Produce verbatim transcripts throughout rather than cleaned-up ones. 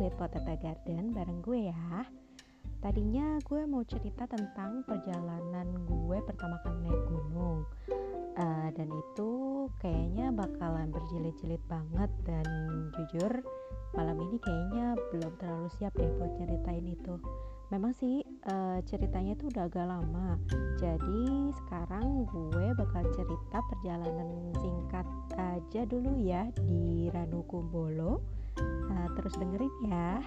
Sweet Potato Garden bareng gue ya. Tadinya gue mau cerita tentang perjalanan gue pertama kali naik gunung. Uh, dan itu kayaknya bakalan berjilid-jilid banget. Dan jujur malam ini kayaknya belum terlalu siap deh buat ceritain itu. Memang sih uh, ceritanya tuh udah agak lama. Jadi sekarang gue bakal cerita perjalanan singkat aja dulu ya di Ranukumbolo. Nah, terus dengerin ya.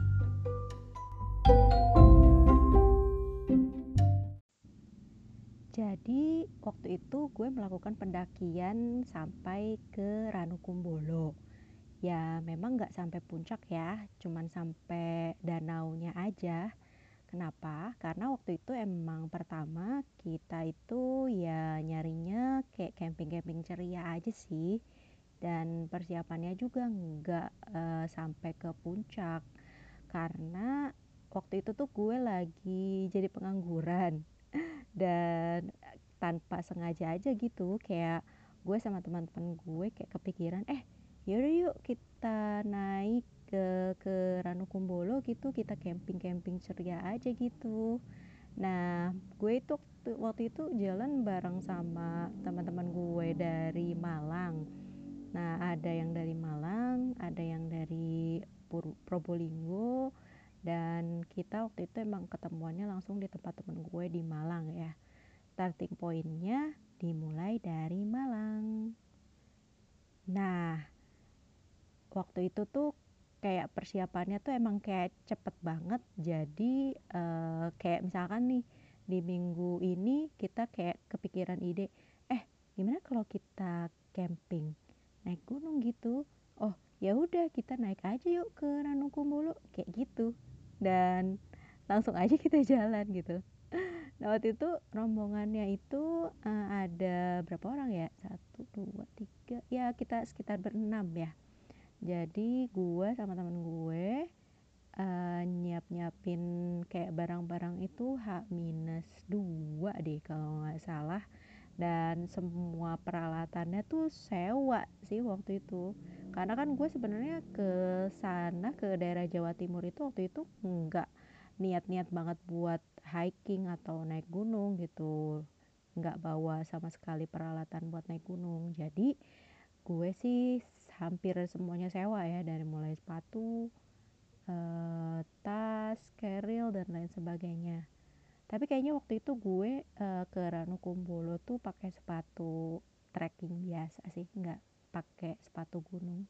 Jadi waktu itu gue melakukan pendakian sampai ke Ranukumbolo. Ya memang gak sampai puncak ya, cuman sampai danaunya aja. Kenapa? Karena waktu itu emang pertama kita itu ya nyarinya kayak camping-camping ceria aja sih. Dan persiapannya juga nggak uh, sampai ke puncak karena waktu itu tuh gue lagi jadi pengangguran dan tanpa sengaja aja gitu kayak gue sama teman-teman gue kayak kepikiran eh yaudah yuk kita naik ke ke Ranukumbolo gitu, kita camping-camping ceria aja gitu. Nah gue itu waktu itu jalan bareng sama teman-teman gue dari Malang. Nah, ada yang dari Malang, ada yang dari Pur- Probolinggo, dan kita waktu itu emang ketemuannya langsung di tempat temen gue di Malang ya. Starting pointnya dimulai dari Malang. Nah, waktu itu tuh kayak persiapannya tuh emang kayak cepet banget. Jadi uh, kayak misalkan nih di minggu ini kita kayak kepikiran ide, eh gimana kalau kita camping naik gunung gitu. Oh ya udah kita naik aja yuk ke Ranukumbolo kayak gitu, dan langsung aja kita jalan gitu. Nah waktu itu rombongannya itu uh, ada berapa orang ya, satu dua tiga ya, kita sekitar berenam ya. Jadi gue sama temen gue uh, nyiap-nyiapin kayak barang-barang itu H minus dua deh kalau nggak salah. Dan semua peralatannya tuh sewa sih waktu itu, karena kan gue sebenarnya ke sana ke daerah Jawa Timur itu waktu itu nggak niat-niat banget buat hiking atau naik gunung gitu, nggak bawa sama sekali peralatan buat naik gunung. Jadi gue sih hampir semuanya sewa ya, dari mulai sepatu, eh, tas, keril dan lain sebagainya. Tapi kayaknya waktu itu gue uh, ke Ranukumbolo tuh pakai sepatu trekking biasa sih, nggak pakai sepatu gunung.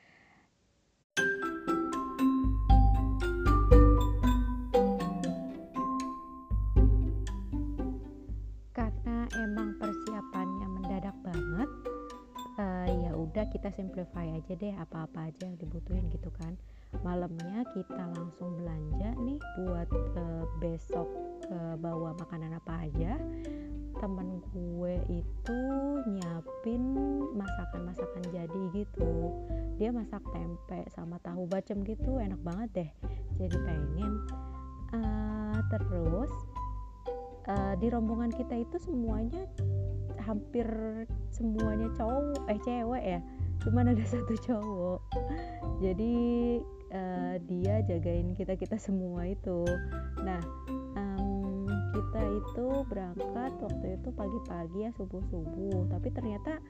Karena emang persiapannya mendadak banget, uh, ya udah kita simplify aja deh, apa-apa aja yang dibutuhin gitu kan. Malamnya kita langsung belanja nih buat uh, besok uh, bawa makanan apa aja. Temen gue itu nyiapin masakan-masakan jadi gitu. Dia masak tempe sama tahu bacem gitu, enak banget deh, jadi pengen. Uh, terus uh, di rombongan kita itu semuanya hampir semuanya cowok eh cewek ya, cuman ada satu cowok. Jadi uh, dia jagain kita kita semua itu. Nah um, kita itu berangkat waktu itu pagi-pagi ya, subuh-subuh. Tapi ternyata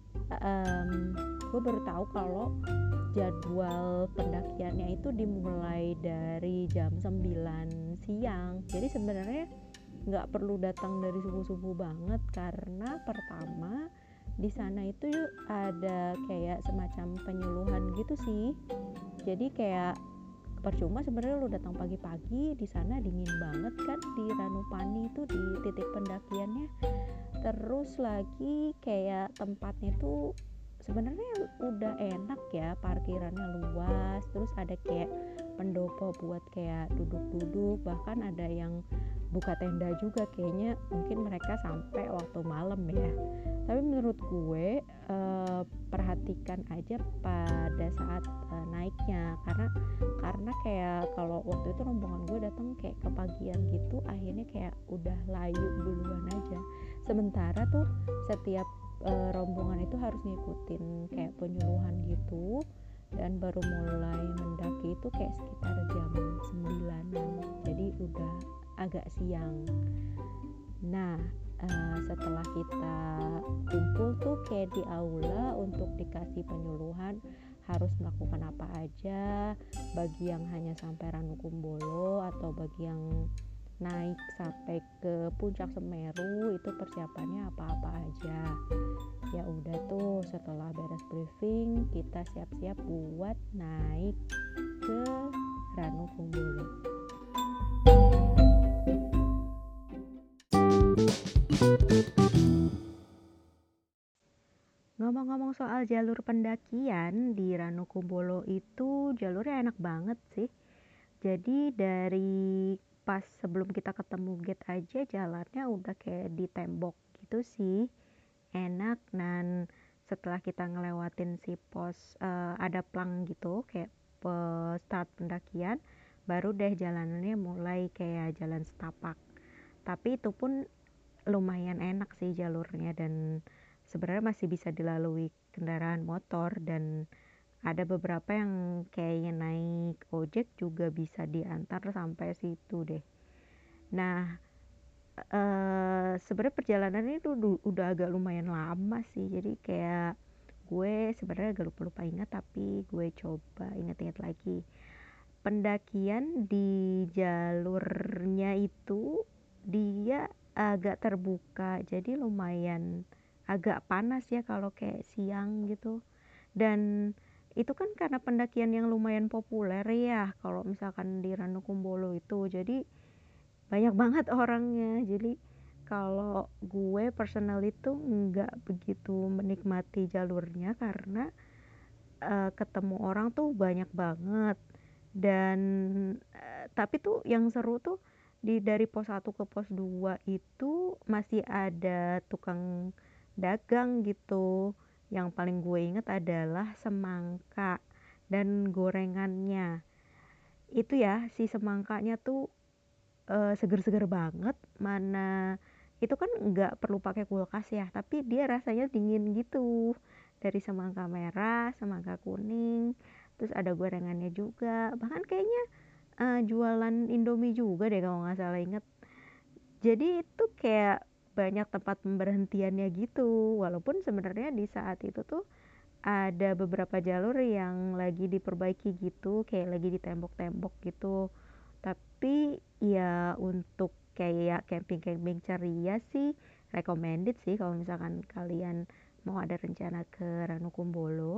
um, gue baru tahu kalau jadwal pendakiannya itu dimulai dari jam sembilan siang. Jadi sebenarnya nggak perlu datang dari subuh-subuh banget, karena pertama di sana itu ada kayak semacam penyuluhan gitu sih. Jadi kayak percuma sebenarnya lu datang pagi-pagi, di sana dingin banget kan di Ranupani itu di titik pendakiannya. Terus lagi kayak tempatnya tuh sebenarnya udah enak ya, parkirannya luas, terus ada kayak pendopo buat kayak duduk-duduk, bahkan ada yang buka tenda juga, kayaknya mungkin mereka sampai waktu malam ya. Tapi menurut gue eh, perhatikan aja pada saat eh, naiknya, karena karena kayak kalau waktu itu rombongan gue datang kayak kepagian gitu, akhirnya kayak udah layu duluan aja. Sementara tuh setiap e, rombongan itu harus ngikutin kayak penyuluhan gitu, dan baru mulai mendaki itu kayak sekitar jam sembilanan, jadi udah agak siang. Nah, uh, setelah kita kumpul tuh kayak di aula untuk dikasih penyuluhan harus melakukan apa aja, bagi yang hanya sampai Ranukumbolo atau bagi yang naik sampai ke puncak Semeru itu persiapannya apa-apa aja. Ya udah tuh, setelah beres briefing kita siap-siap buat naik ke Ranukumbolo. Ngomong-ngomong soal jalur pendakian di Ranukumbolo itu jalurnya enak banget sih. Jadi dari pas sebelum kita ketemu gate aja jalannya udah kayak di tembok gitu sih, enak. Dan setelah kita ngelewatin si pos uh, ada plang gitu kayak start pendakian, baru deh jalanannya mulai kayak jalan setapak. Tapi itu pun lumayan enak sih jalurnya, dan sebenarnya masih bisa dilalui kendaraan motor, dan ada beberapa yang kayaknya naik ojek juga bisa diantar sampai situ deh. Nah, uh, sebenarnya perjalanan itu udah agak lumayan lama sih, jadi kayak gue sebenarnya agak lupa-lupa ingat, tapi gue coba inget-inget lagi. Pendakian di jalurnya itu dia agak terbuka, jadi lumayan agak panas ya kalau kayak siang gitu. Dan itu kan karena pendakian yang lumayan populer ya kalau misalkan di Ranukumbolo itu, jadi banyak banget orangnya. Jadi kalau gue personal itu nggak begitu menikmati jalurnya karena uh, ketemu orang tuh banyak banget. Dan uh, tapi tuh yang seru tuh di dari pos satu ke pos dua itu masih ada tukang dagang gitu. Yang paling gue inget adalah semangka dan gorengannya. Itu ya, si semangkanya tuh uh, seger-seger banget. Mana itu kan nggak perlu pakai kulkas ya, tapi dia rasanya dingin gitu. Dari semangka merah, semangka kuning, terus ada gorengannya juga. Bahkan kayaknya uh, jualan Indomie juga deh kalau nggak salah inget. Jadi itu kayak banyak tempat pemberhentiannya gitu, walaupun sebenarnya di saat itu tuh ada beberapa jalur yang lagi diperbaiki gitu, kayak lagi di tembok-tembok gitu. Tapi ya untuk kayak camping-camping ceria sih recommended sih kalau misalkan kalian mau ada rencana ke Ranukumbolo.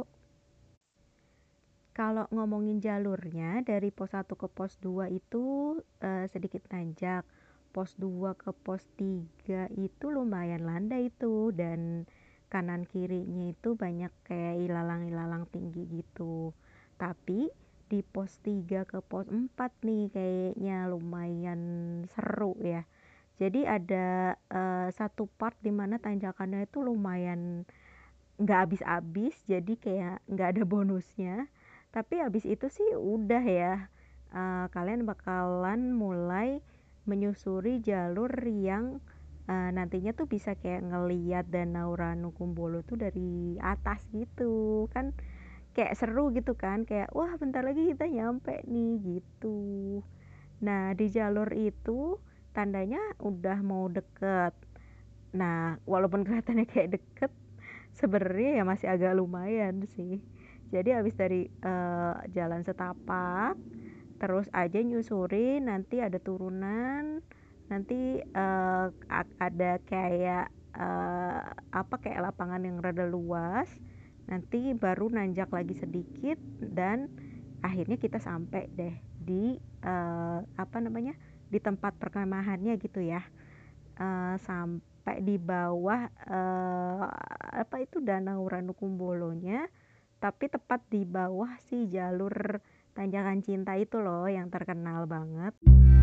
Kalau ngomongin jalurnya dari pos satu ke pos dua itu uh, sedikit nanjak. Pos dua ke pos tiga itu lumayan landai itu, dan kanan kirinya itu banyak kayak ilalang-ilalang tinggi gitu. Tapi di pos tiga ke pos empat nih kayaknya lumayan seru ya. Jadi ada uh, satu part dimana tanjakannya itu lumayan nggak habis-habis, jadi kayak nggak ada bonusnya. Tapi habis itu sih udah ya, uh, kalian bakalan mulai menyusuri jalur yang uh, nantinya tuh bisa kayak ngeliat Danau Ranukumbolo tuh dari atas gitu kan, kayak seru gitu kan, kayak wah bentar lagi kita nyampe nih gitu. Nah di jalur itu tandanya udah mau deket. Nah walaupun kelihatannya kayak deket, sebenarnya ya masih agak lumayan sih. Jadi habis dari uh, jalan setapak terus aja nyusurin, nanti ada turunan, nanti uh, ada kayak uh, apa kayak lapangan yang rada luas, nanti baru nanjak lagi sedikit, dan akhirnya kita sampai deh di uh, apa namanya di tempat perkemahannya gitu ya. Uh, sampai di bawah uh, apa itu Danau Ranukumbolonya, tapi tepat di bawah si jalur Tanjakan Cinta itu loh yang terkenal banget.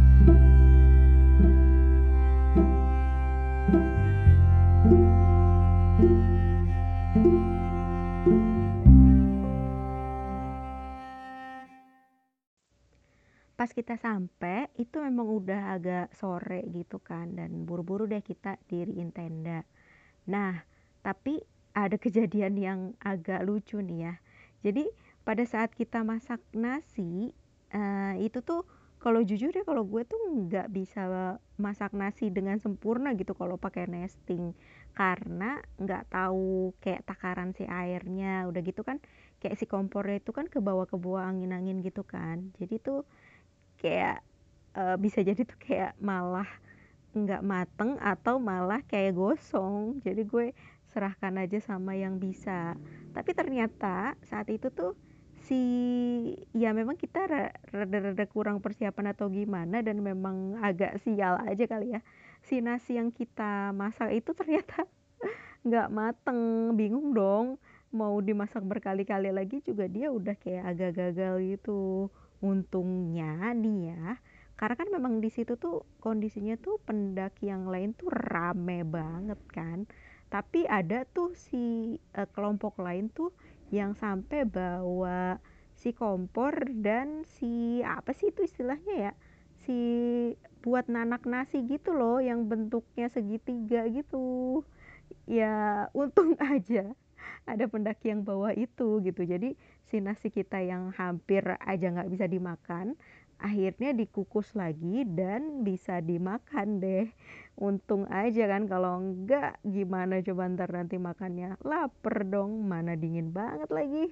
Pas kita sampai itu memang udah agak sore gitu kan, dan buru-buru deh kita diriin tenda. Nah tapi ada kejadian yang agak lucu nih ya. Jadi pada saat kita masak nasi, eee, itu tuh kalau jujur ya kalau gue tuh nggak bisa masak nasi dengan sempurna gitu kalau pakai nesting. Karena nggak tahu kayak takaran si airnya, udah gitu kan kayak si kompornya itu kan kebawa-kebawa angin-angin gitu kan. Jadi tuh kayak, eee, bisa jadi tuh kayak malah nggak mateng atau malah kayak gosong. Jadi gue serahkan aja sama yang bisa. Tapi ternyata saat itu tuh si ya memang kita ra- rada-rada kurang persiapan atau gimana dan memang agak sial aja kali ya. Si nasi yang kita masak itu ternyata nggak mateng, bingung dong. Mau dimasak berkali-kali lagi juga dia udah kayak agak gagal gitu. Untungnya nih ya, karena kan memang di situ tuh kondisinya tuh pendaki yang lain tuh rame banget kan. Tapi ada tuh si eh, kelompok lain tuh yang sampai bawa si kompor dan si apa sih itu istilahnya ya? Si buat nanak nasi gitu loh yang bentuknya segitiga gitu. Ya untung aja ada pendaki yang bawa itu gitu. Jadi si nasi kita yang hampir aja nggak bisa dimakan, akhirnya dikukus lagi dan bisa dimakan deh. Untung aja kan, kalau enggak gimana coba ntar nanti makannya? Laper dong, mana dingin banget lagi.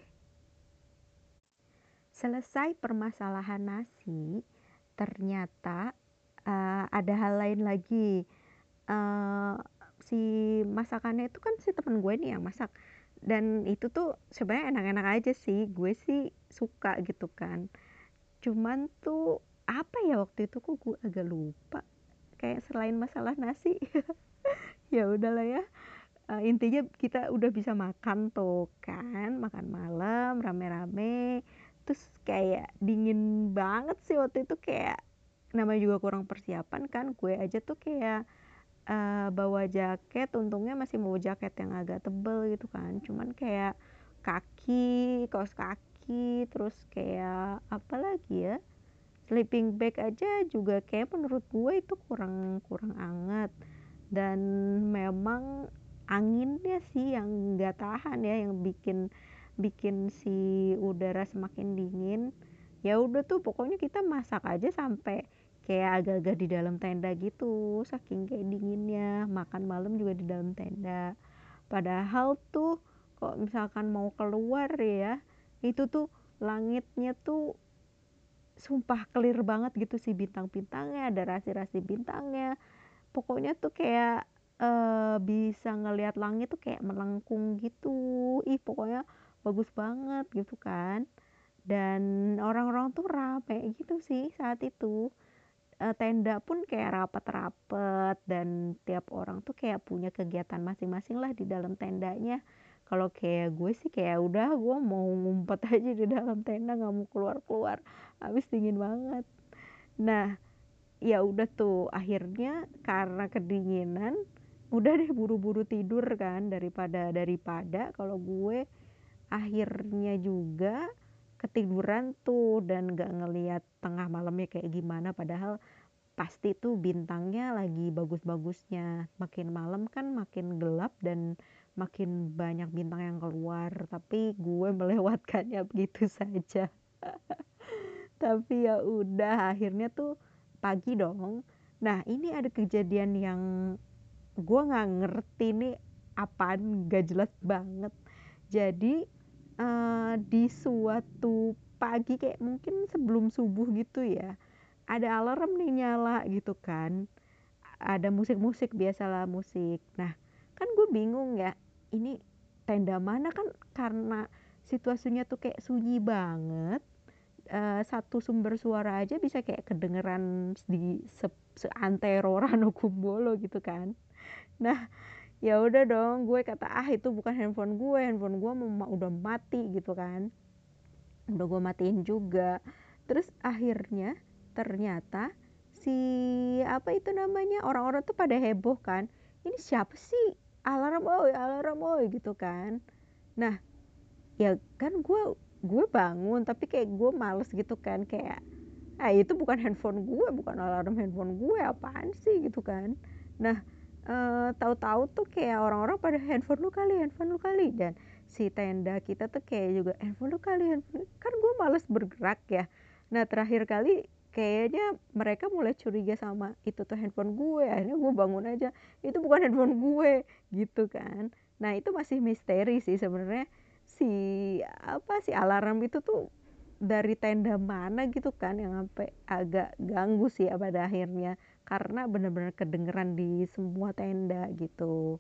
Selesai permasalahan nasi, ternyata eh, ada hal lain lagi. eh, si masakannya itu kan si temen gue nih yang masak, dan itu tuh sebenarnya enak-enak aja sih, gue sih suka gitu kan. Cuman tuh apa ya, waktu itu kok gue agak lupa, kayak selain masalah nasi ya udahlah ya. Eh, intinya kita udah bisa makan tuh kan, makan malam rame-rame, terus kayak dingin banget sih waktu itu, kayak namanya juga kurang persiapan kan. Gue aja tuh kayak eh, bawa jaket, untungnya masih mau jaket yang agak tebel gitu kan, cuman kayak kaki, kaos kaki, terus kayak apa lagi ya, sleeping bag aja juga kayak menurut gue itu kurang kurang anget. Dan memang anginnya sih yang nggak tahan ya, yang bikin bikin si udara semakin dingin. Ya udah tuh pokoknya kita masak aja sampai kayak agak-agak di dalam tenda gitu, saking kayak dinginnya. Makan malam juga di dalam tenda, padahal tuh kok misalkan mau keluar ya, itu tuh langitnya tuh sumpah clear banget gitu, sih bintang-bintangnya ada rasi-rasi bintangnya. Pokoknya tuh kayak eh, bisa ngelihat langit tuh kayak melengkung gitu. Ih pokoknya bagus banget gitu kan. Dan orang-orang tuh rame gitu sih saat itu. Eh, tenda pun kayak rapet-rapet dan tiap orang tuh kayak punya kegiatan masing-masing lah di dalam tendanya. Kalau kayak gue sih kayak udah gue mau ngumpet aja di dalam tenda, nggak mau keluar-keluar. Habis dingin banget. Nah, ya udah tuh akhirnya karena kedinginan udah deh buru-buru tidur kan, daripada daripada kalau gue akhirnya juga ketiduran tuh dan gak ngeliat tengah malamnya kayak gimana, padahal pasti tuh bintangnya lagi bagus-bagusnya. Makin malam kan makin gelap dan makin banyak bintang yang keluar, tapi gue melewatkannya begitu saja. Tapi ya udah akhirnya tuh pagi dong. Nah ini ada kejadian yang gue nggak ngerti nih apaan, gak jelas banget. Jadi eh, di suatu pagi kayak mungkin sebelum subuh gitu ya, ada alarm nih nyala gitu kan, ada musik-musik, biasalah musik. Nah kan gue bingung ya, ini tenda mana kan, karena situasinya tuh kayak sunyi banget. Eh, satu sumber suara aja bisa kayak kedengeran di se seantero Ranokumbolo gitu kan. Nah ya udah dong, gue kata ah itu bukan handphone gue, handphone gue mau udah mati gitu kan, udah gue matiin juga. Terus akhirnya ternyata si apa itu namanya, orang-orang tuh pada heboh kan, ini siapa sih, alarm oi alarm oi gitu kan. Nah ya kan gue gue bangun tapi kayak gue males gitu kan, kayak ah itu bukan handphone gue, bukan alarm handphone gue, apaan sih gitu kan. Nah eh, tahu-tahu tuh kayak orang-orang pada handphone lu kali, handphone lu kali, dan si tenda kita tuh kayak juga, "Handphone lu kali, handphone" kan gue males bergerak ya. Nah terakhir kali kayaknya mereka mulai curiga sama itu tuh handphone gue, akhirnya gue bangun aja, "Itu bukan handphone gue," gitu kan. Nah itu masih misteri sih sebenarnya, si apa, si alarm itu tuh dari tenda mana gitu kan, yang sampai agak ganggu sih pada akhirnya, karena bener-bener kedengeran di semua tenda gitu.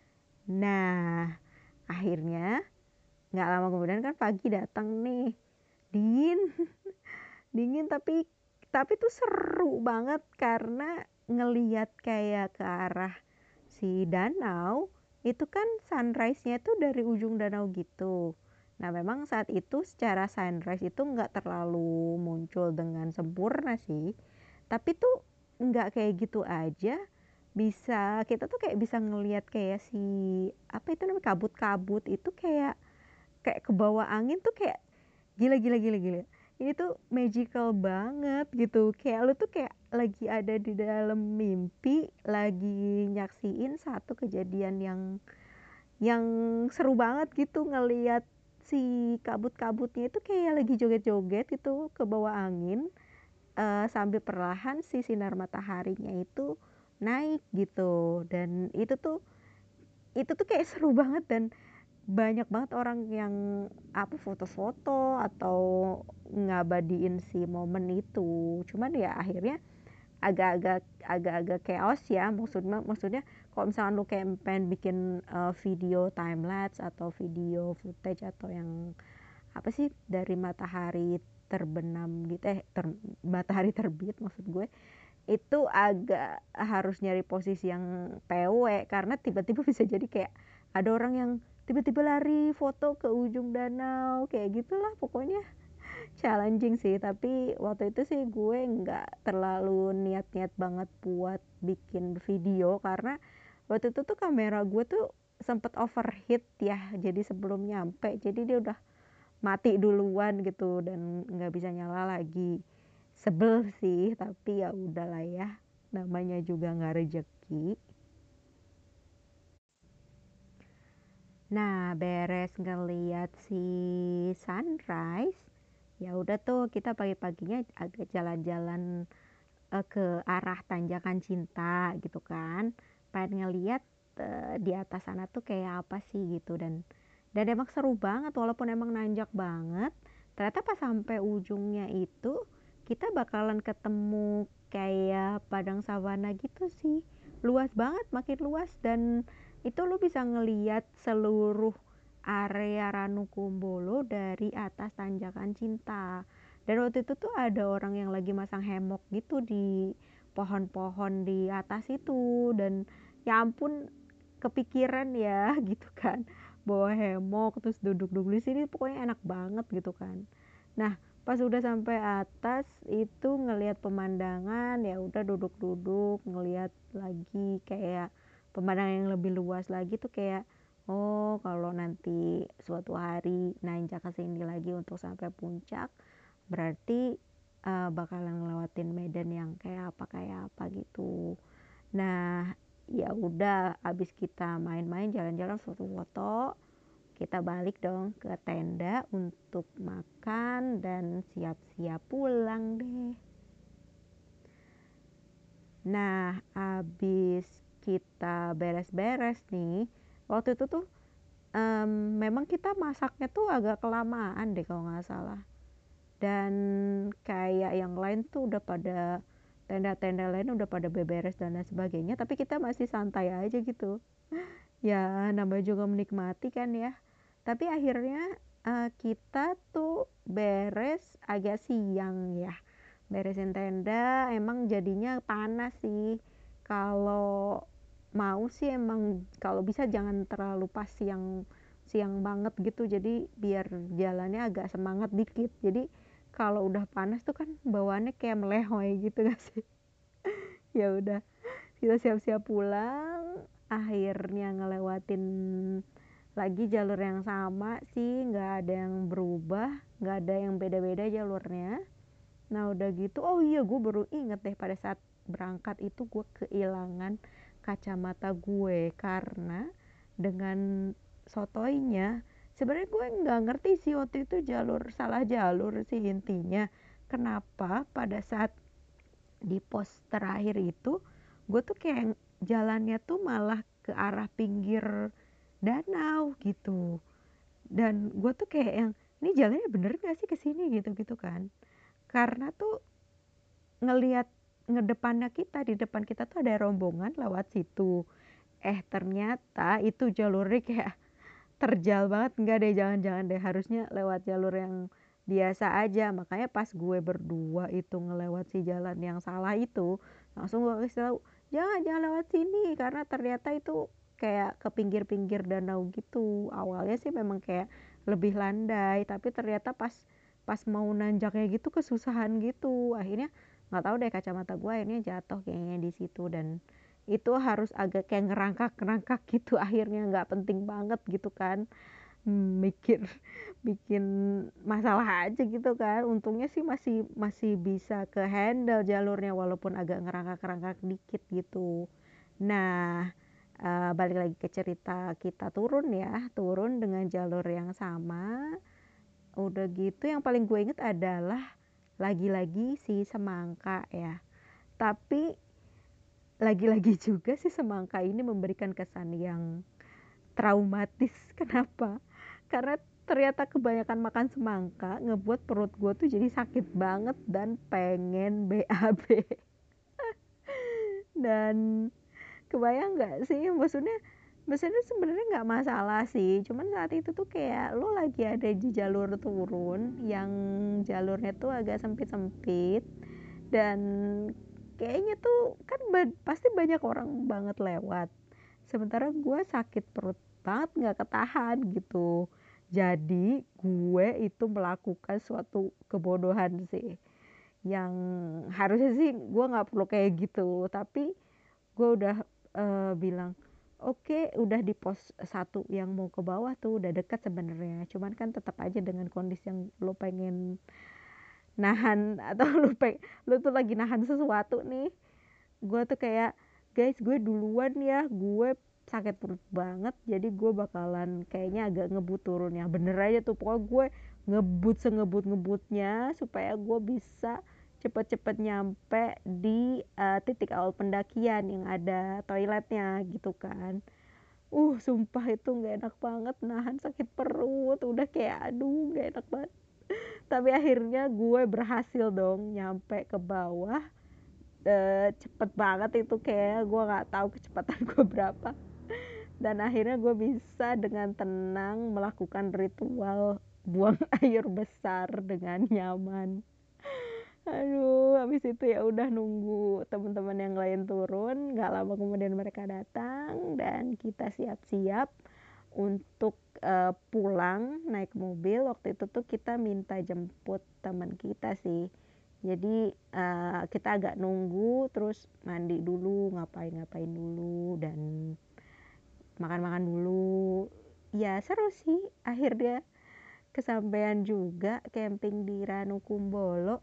Nah, akhirnya nggak lama kemudian kan pagi datang nih, dingin, dingin tapi tapi tuh seru banget karena ngelihat kayak ke arah si danau, itu kan sunrise-nya tuh dari ujung danau gitu. Nah memang saat itu secara sunrise itu nggak terlalu muncul dengan sempurna sih, tapi tuh nggak kayak gitu aja, bisa kita tuh kayak bisa ngelihat kayak si apa itu namanya, kabut-kabut itu kayak kayak kebawa angin tuh kayak gila gila gila gila. Ini tuh magical banget gitu. Kayak lu tuh kayak lagi ada di dalam mimpi, lagi nyaksiin satu kejadian yang yang seru banget gitu, ngelihat si kabut-kabutnya itu kayak lagi joget-joget gitu ke bawah angin, eh, sambil perlahan si sinar mataharinya itu naik gitu. Dan itu tuh itu tuh kayak seru banget, dan banyak banget orang yang apa foto-foto atau ngabadiin si momen itu. Cuman ya akhirnya agak-agak agak-agak chaos ya, maksudnya maksudnya kalau misalkan lu kayak pengen bikin uh, video time lapse atau video footage atau yang apa sih dari matahari terbenam gitu, eh ter, matahari terbit maksud gue, itu agak harus nyari posisi yang P W karena tiba-tiba bisa jadi kayak ada orang yang tiba-tiba lari foto ke ujung danau kayak gitulah pokoknya. Challenging sih, tapi waktu itu sih gue nggak terlalu niat-niat banget buat bikin video karena waktu itu tuh kamera gue tuh sempet overheat ya, jadi sebelum nyampe jadi dia udah mati duluan gitu dan nggak bisa nyala lagi. Sebel sih, tapi ya udahlah ya, namanya juga nggak rezeki. Nah beres ngeliat si sunrise, ya udah tuh kita pagi-paginya agak jalan-jalan eh, ke arah Tanjakan Cinta gitu kan, pengen ngeliat eh, di atas sana tuh kayak apa sih gitu. dan dan emang seru banget walaupun emang nanjak banget, ternyata pas sampai ujungnya itu kita bakalan ketemu kayak padang savana gitu sih, luas banget, makin luas, dan itu lu bisa ngeliat seluruh area Ranukumbolo dari atas Tanjakan Cinta. Dan waktu itu tuh ada orang yang lagi masang hemok gitu di pohon-pohon di atas itu, dan ya ampun kepikiran ya gitu kan, bawa hemok terus duduk-duduk di sini pokoknya enak banget gitu kan. Nah pas udah sampai atas itu ngelihat pemandangan, ya udah duduk-duduk ngelihat lagi kayak pemandangan yang lebih luas lagi tuh kayak, oh kalau nanti suatu hari nanjak ke sini lagi untuk sampai puncak, berarti uh, bakalan ngelewatin medan yang kayak apa kayak apa gitu. Nah ya udah abis kita main-main jalan-jalan foto-foto, kita balik dong ke tenda untuk makan dan siap-siap pulang deh. Nah abis kita beres-beres nih, waktu itu tuh um, memang kita masaknya tuh agak kelamaan deh kalau nggak salah, dan kayak yang lain tuh udah pada, tenda-tenda lain udah pada beberes dan lain sebagainya, tapi kita masih santai aja gitu. Ya namanya juga menikmati kan ya. Tapi akhirnya uh, kita tuh beres agak siang ya, beresin tenda, emang jadinya panas sih. Kalau mau sih emang kalau bisa jangan terlalu pas siang siang banget gitu, jadi biar jalannya agak semangat dikit. Jadi kalau udah panas tuh kan bawaannya kayak melehoi gitu gak sih. Ya udah kita siap-siap pulang, akhirnya ngelewatin lagi jalur yang sama sih, nggak ada yang berubah, nggak ada yang beda-beda jalurnya. Nah udah gitu, oh iya gue baru inget deh pada saat berangkat itu gue kehilangan kacamata gue karena dengan sotoinya sebenarnya gue nggak ngerti sih waktu itu jalur salah jalur sih intinya. Kenapa pada saat di pos terakhir itu gue tuh kayak jalannya tuh malah ke arah pinggir danau gitu, dan gue tuh kayak yang ini jalannya bener gak sih ke sini gitu gitu kan, karena tuh ngelihat ngedepannya kita, di depan kita tuh ada rombongan lewat situ. Eh ternyata itu jalurnya kayak terjal banget. Enggak deh, jangan-jangan deh, harusnya lewat jalur yang biasa aja. Makanya pas gue berdua itu ngelewat si jalan yang salah itu, langsung gue kasih tahu jangan jangan lewat sini, karena ternyata itu kayak ke pinggir-pinggir danau gitu. Awalnya sih memang kayak lebih landai, tapi ternyata pas pas mau nanjaknya gitu kesusahan gitu. Akhirnya nggak tahu deh, kacamata gue akhirnya jatuh kayaknya di situ, dan itu harus agak kayak ngerangkak-ngerangkak gitu. Akhirnya nggak penting banget gitu kan, hmm, mikir bikin masalah aja gitu kan. Untungnya sih masih masih bisa ke handle jalurnya walaupun agak ngerangkak-ngerangkak dikit gitu. Nah, eh, balik lagi ke cerita kita turun ya, turun dengan jalur yang sama. Udah gitu yang paling gue inget adalah lagi-lagi si semangka ya. Tapi lagi-lagi juga si semangka ini memberikan kesan yang traumatis. Kenapa? Karena ternyata kebanyakan makan semangka ngebuat perut gue tuh jadi sakit banget dan pengen B A B. Dan kebayang nggak sih, maksudnya maksudnya sebenarnya nggak masalah sih, cuman saat itu tuh kayak lo lagi ada di jalur turun yang jalurnya tuh agak sempit-sempit, dan kayaknya tuh kan ba- pasti banyak orang banget lewat, sementara gue sakit perut banget nggak ketahan gitu. Jadi gue itu melakukan suatu kebodohan sih, yang harusnya sih gue nggak perlu kayak gitu, tapi gue udah eh, bilang oke, okay, udah di pos satu yang mau ke bawah tuh udah dekat sebenarnya, cuman kan tetap aja dengan kondisi yang lo pengen nahan atau lo peng lo tuh lagi nahan sesuatu nih. Gue tuh kayak guys, gue duluan ya, gue sakit perut banget, jadi gue bakalan kayaknya agak ngebut turunnya. Bener aja tuh, pokoknya gue ngebut sengebut ngebutnya supaya gue bisa cepet-cepet nyampe di uh, titik awal pendakian yang ada toiletnya gitu kan. Uh sumpah itu nggak enak banget, nahan sakit perut udah kayak aduh nggak enak banget. Tapi akhirnya gue berhasil dong nyampe ke bawah. Eh, cepet banget itu, kayak gue nggak tahu kecepatan gue berapa, dan akhirnya gue bisa dengan tenang melakukan ritual buang air besar dengan nyaman. Aduh, habis itu ya udah nunggu teman-teman yang lain turun, nggak lama kemudian mereka datang dan kita siap-siap untuk uh, pulang naik mobil. Waktu itu tuh kita minta jemput teman kita sih, jadi uh, kita agak nunggu, terus mandi dulu, ngapain-ngapain dulu, dan makan-makan dulu. Ya seru sih, akhirnya kesampaian juga camping di Ranukumbolo.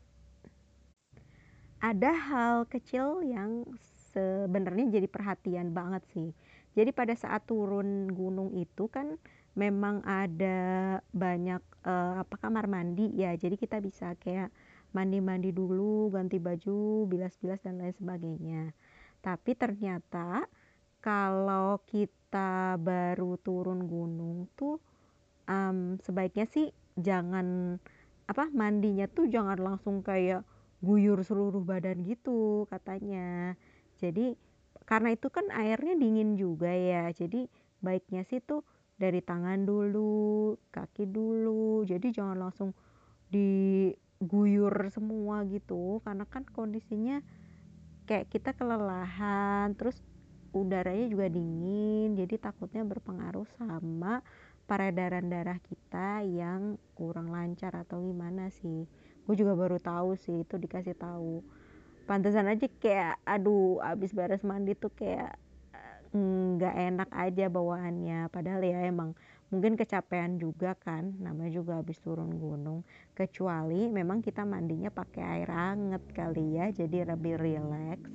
Ada hal kecil yang sebenarnya jadi perhatian banget sih. Jadi pada saat turun gunung itu kan memang ada banyak eh, apa kamar mandi ya. Jadi kita bisa kayak mandi-mandi dulu, ganti baju, bilas-bilas dan lain sebagainya. Tapi ternyata kalau kita baru turun gunung tuh um, sebaiknya sih jangan apa mandinya tuh jangan langsung kayak guyur seluruh badan gitu katanya. Jadi karena itu kan airnya dingin juga ya, jadi baiknya sih tuh dari tangan dulu, kaki dulu, jadi jangan langsung diguyur semua gitu, karena kan kondisinya kayak kita kelelahan, terus udaranya juga dingin, jadi takutnya berpengaruh sama peredaran darah kita yang kurang lancar atau gimana sih. Gue juga baru tahu sih, itu dikasih tahu. Pantesan aja kayak aduh abis beres mandi tuh kayak nggak enak aja bawaannya, padahal ya emang mungkin kecapean juga kan, namanya juga habis turun gunung. Kecuali memang kita mandinya pakai air hangat kali ya, jadi lebih rileks.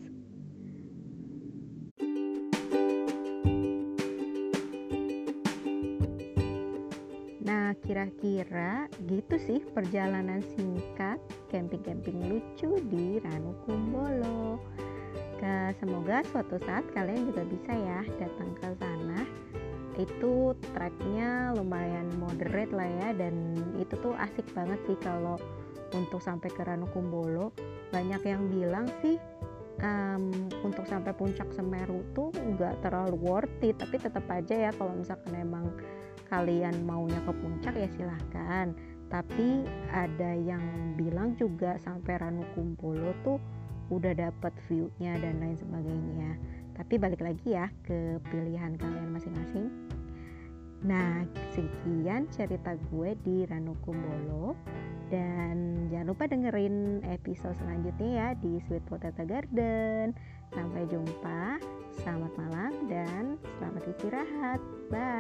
kira-kira gitu sih perjalanan singkat camping-camping lucu di Ranukumbolo. Semoga suatu saat kalian juga bisa ya datang ke sana. Itu treknya lumayan moderate lah ya, dan itu tuh asik banget sih kalau untuk sampai ke Ranukumbolo. Banyak yang bilang sih um, untuk sampai puncak Semeru tuh nggak terlalu worth it, tapi tetap aja ya kalau misalkan emang kalian maunya ke puncak ya silahkan. Tapi ada yang bilang juga sampai Ranukumbolo tuh udah dapat view-nya dan lain sebagainya. Tapi balik lagi ya ke pilihan kalian masing-masing. Nah, sekian cerita gue di Ranukumbolo, dan jangan lupa dengerin episode selanjutnya ya di Sweet Potato Garden. Sampai jumpa, selamat malam dan selamat istirahat. Bye.